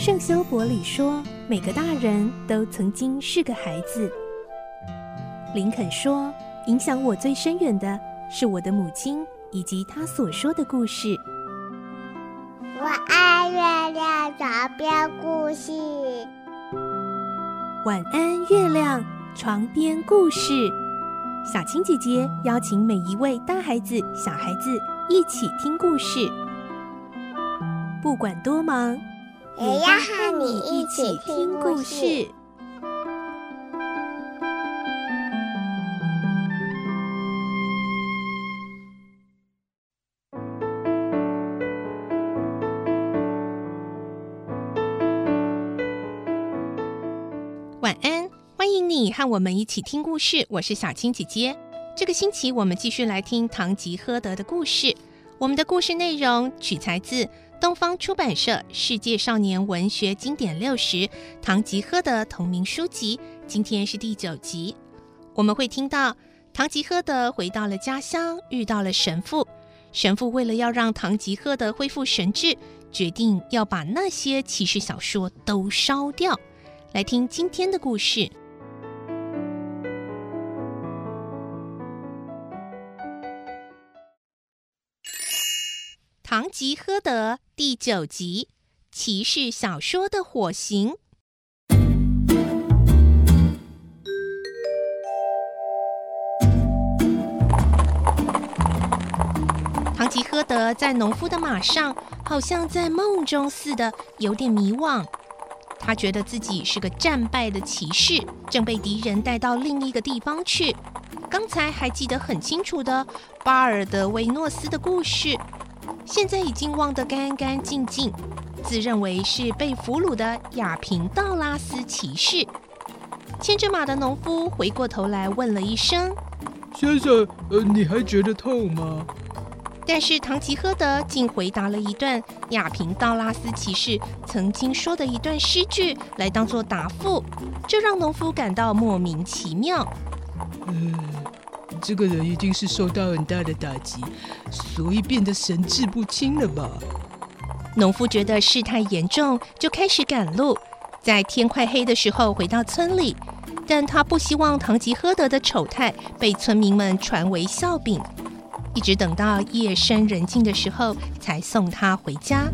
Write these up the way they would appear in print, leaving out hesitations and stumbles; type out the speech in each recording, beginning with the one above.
圣修伯里说，每个大人都曾经是个孩子。林肯说，影响我最深远的是我的母亲以及她所说的故事。 我爱月亮床边故事。 晚安，月亮床边故事。小青姐姐邀请每一位大孩子、小孩子一起听故事，不管多忙， 也要和你一起听故事。 晚安，欢迎你和我们一起听故事，我是小青姐姐。这个星期我们继续来听堂吉诃德的故事。我们的故事内容取材自东方出版社《世界少年文学经典60》堂吉诃德同名书籍，今天是第9集。我们会听到堂吉诃德回到了家乡，遇到了神父。神父为了要让堂吉诃德恢复神智，决定要把那些骑士小说都烧掉。来听今天的故事。堂吉诃德第9集，骑士小说的火刑。堂吉诃德在农夫的马上，好像在梦中似的，有点迷惘。他觉得自己是个战败的骑士，正被敌人带到另一个地方去。刚才还记得很清楚的巴尔德维诺斯的故事，现在已经忘得干干净净，自认为是被俘虏的亚平道拉斯骑士。牵着马的农夫回过头来问了一声：“ 先生，你还觉得痛吗？” 但是堂吉诃德竟回答了一段亚平道拉斯骑士曾经说的一段诗句来当作答复，这让农夫感到莫名其妙。 这个人一定是受到很大的打击，所以变得神志不清了吧？ 农夫觉得事态严重，就开始赶路，在天快黑的时候回到村里，但他不希望堂吉诃德的丑态被村民们传为笑柄，一直等到夜深人静的时候才送他回家。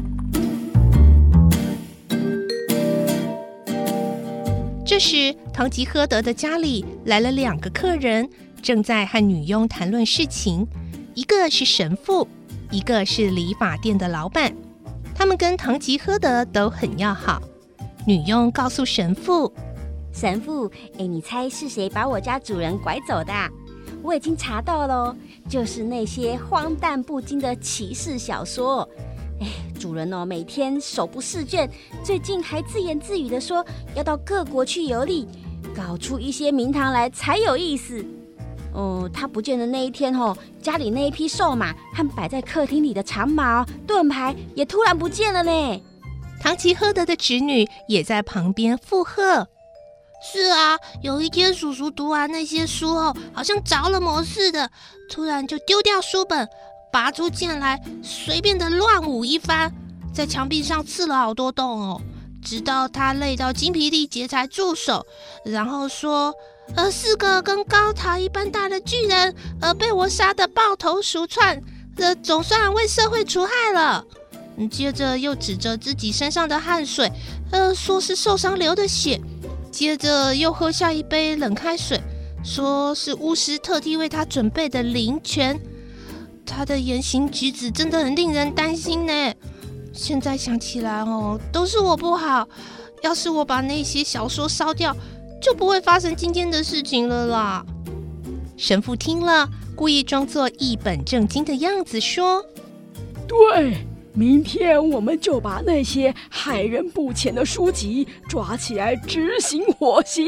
这时堂吉诃德的家里来了2个客人，正在和女佣谈论事情，一个是神父，一个是理发店的老板。他们跟堂吉诃德都很要好。女佣告诉神父：“ 神父，你猜是谁把我家主人拐走的？我已经查到了，就是那些荒诞不经的骑士小说。主人每天手不释卷，最近还自言自语地说要到各国去游历，搞出一些名堂来才有意思。他不见的那一天家里那一匹瘦马和摆在客厅里的长矛、盾牌也突然不见了呢。” 堂吉诃德的侄女也在旁边附和：“ 是啊，有一天叔叔读完那些书后，好像着了魔似的，突然就丢掉书本，拔出剑来，随便的乱舞一番，在墙壁上刺了好多洞直到他累到精疲力竭才住手，然后说4个跟高塔一般大的巨人被我杀得抱头鼠窜，总算为社会除害了。接着又指着自己身上的汗水，说是受伤流的血，接着又喝下一杯冷开水，说是巫师特地为他准备的灵泉。他的言行举止真的很令人担心呢。现在想起来都是我不好，要是我把那些小说烧掉，就不会发生今天的事情了啦。” 神父听了，故意装作一本正经的样子说：“ 对，明天我们就把那些害人不浅的书籍抓起来执行火刑。”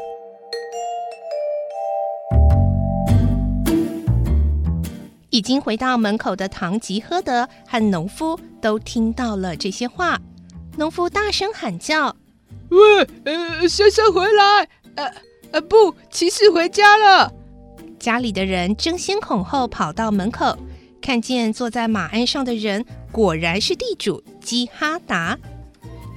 已经回到门口的堂吉诃德和农夫都听到了这些话。农夫大声喊叫：“ 喂，先生回来！不，骑士回家了。” 家里的人争先恐后跑到门口，看见坐在马鞍上的人果然是地主基哈达。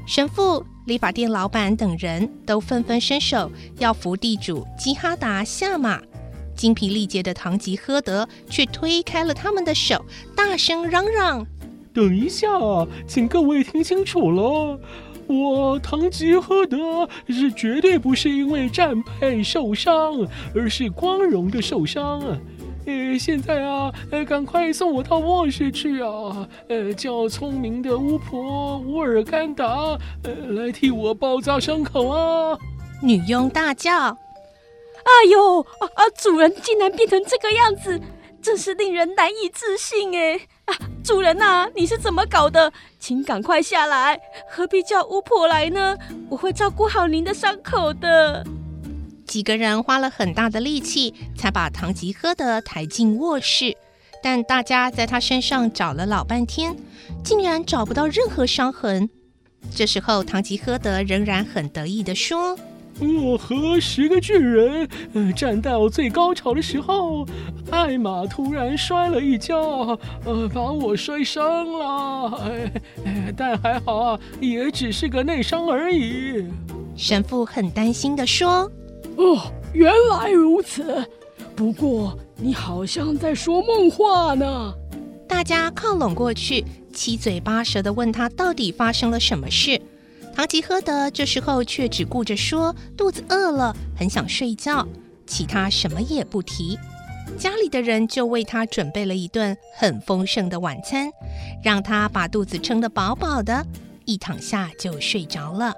神父、理发店老板等人都纷纷伸手要扶地主基哈达下马，精疲力竭的堂吉诃德却推开了他们的手，大声嚷嚷： 等一下，请各位听清楚了，我堂吉诃德是绝对不是因为战败受伤，而是光荣的受伤。现在啊，赶快送我到卧室去啊！叫聪明的巫婆乌尔甘达来替我包扎伤口啊！ 女佣大叫： 哎呦主人竟然变成这个样子，真是令人难以置信哎！主人啊，你是怎么搞的？请赶快下来，何必叫巫婆来呢？我会照顾好您的伤口的。 几个人花了很大的力气，才把堂吉诃德抬进卧室，但大家在他身上找了老半天，竟然找不到任何伤痕。这时候，堂吉诃德仍然很得意地说： 我和10个巨人战到最高潮的时候，艾玛突然摔了一跤，把我摔伤了。但还好啊，也只是个内伤而已。 神父很担心地说： 原来如此。不过你好像在说梦话呢。 大家靠拢过去，七嘴八舌地问他到底发生了什么事。堂吉诃德这时候却只顾着说肚子饿了，很想睡觉，其他什么也不提。家里的人就为他准备了一顿很丰盛的晚餐，让他把肚子撑得饱饱的，一躺下就睡着了。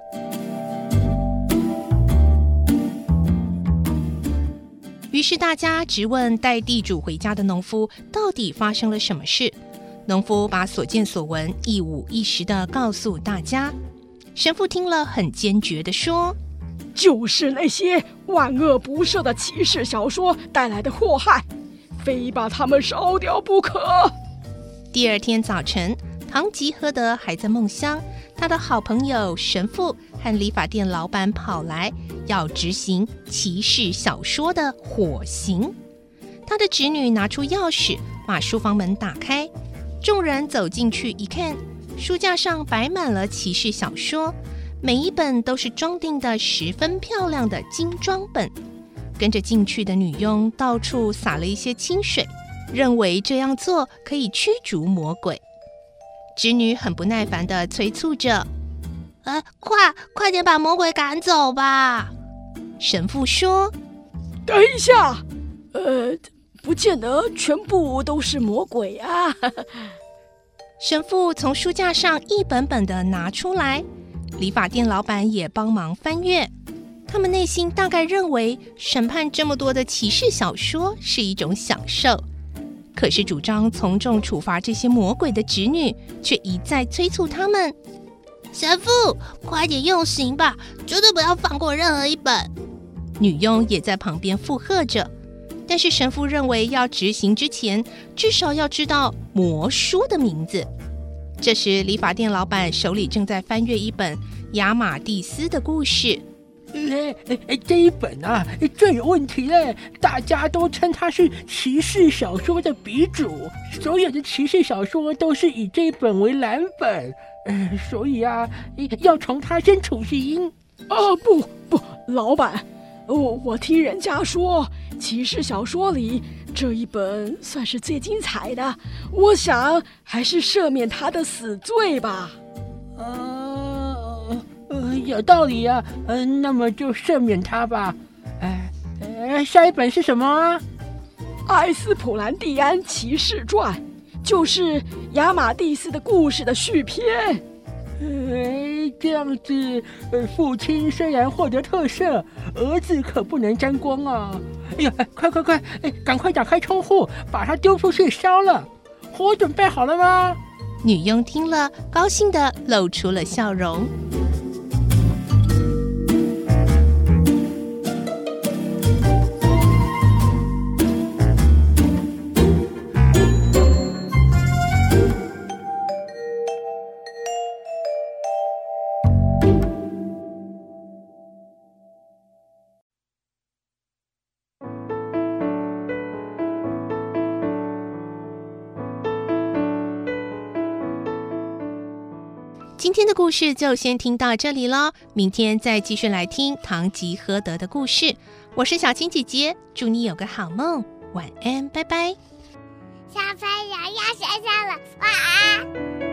于是大家直问带地主回家的农夫到底发生了什么事。农夫把所见所闻一五一十地告诉大家。神父听了很坚决地说： 就是那些万恶不赦的骑士小说带来的祸害，非把他们烧掉不可。 第二天早晨，堂吉诃德还在梦乡，他的好朋友神父和理发店老板跑来，要执行骑士小说的火刑。他的侄女拿出钥匙，把书房门打开，众人走进去一看，书架上摆满了骑士小说，每一本都是装订的十分漂亮的精装本。跟着进去的女佣到处洒了一些清水，认为这样做可以驱逐魔鬼。侄女很不耐烦地催促着：快点把魔鬼赶走吧！神父说： 等一下，不见得全部都是魔鬼啊。 神父从书架上一本本的拿出来，理发店老板也帮忙翻阅。他们内心大概认为审判这么多的骑士小说是一种享受，可是主张从重处罚这些魔鬼的侄女却一再催促他们： 神父，快点用刑吧，绝对不要放过任何一本。 女佣也在旁边附和着，但是神父认为要执行之前，至少要知道魔书的名字。这时，理发店老板手里正在翻阅一本亚马蒂斯的故事。 这一本啊，最有问题了，大家都称它是骑士小说的鼻祖，所有的骑士小说都是以这一本为蓝本，所以啊，要从它先处刑。 不，老板，我听人家说，骑士小说里这一本算是最精彩的，我想还是赦免他的死罪吧。 有道理啊，那么就赦免他吧。下一本是什么啊？ 艾斯普兰蒂安骑士传，就是亚马蒂斯的故事的续篇。 这样子，父亲虽然获得特赦，儿子可不能沾光啊！哎呀，快，赶快打开窗户，把它丢出去烧了。火准备好了吗？ 女佣听了，高兴地露出了笑容。今今天的故事就先听到这里咯，明天再继续来听堂吉诃德的故事。我是小青姐姐，祝你有个好梦，晚安，拜拜。 小朋友要睡觉了，晚安。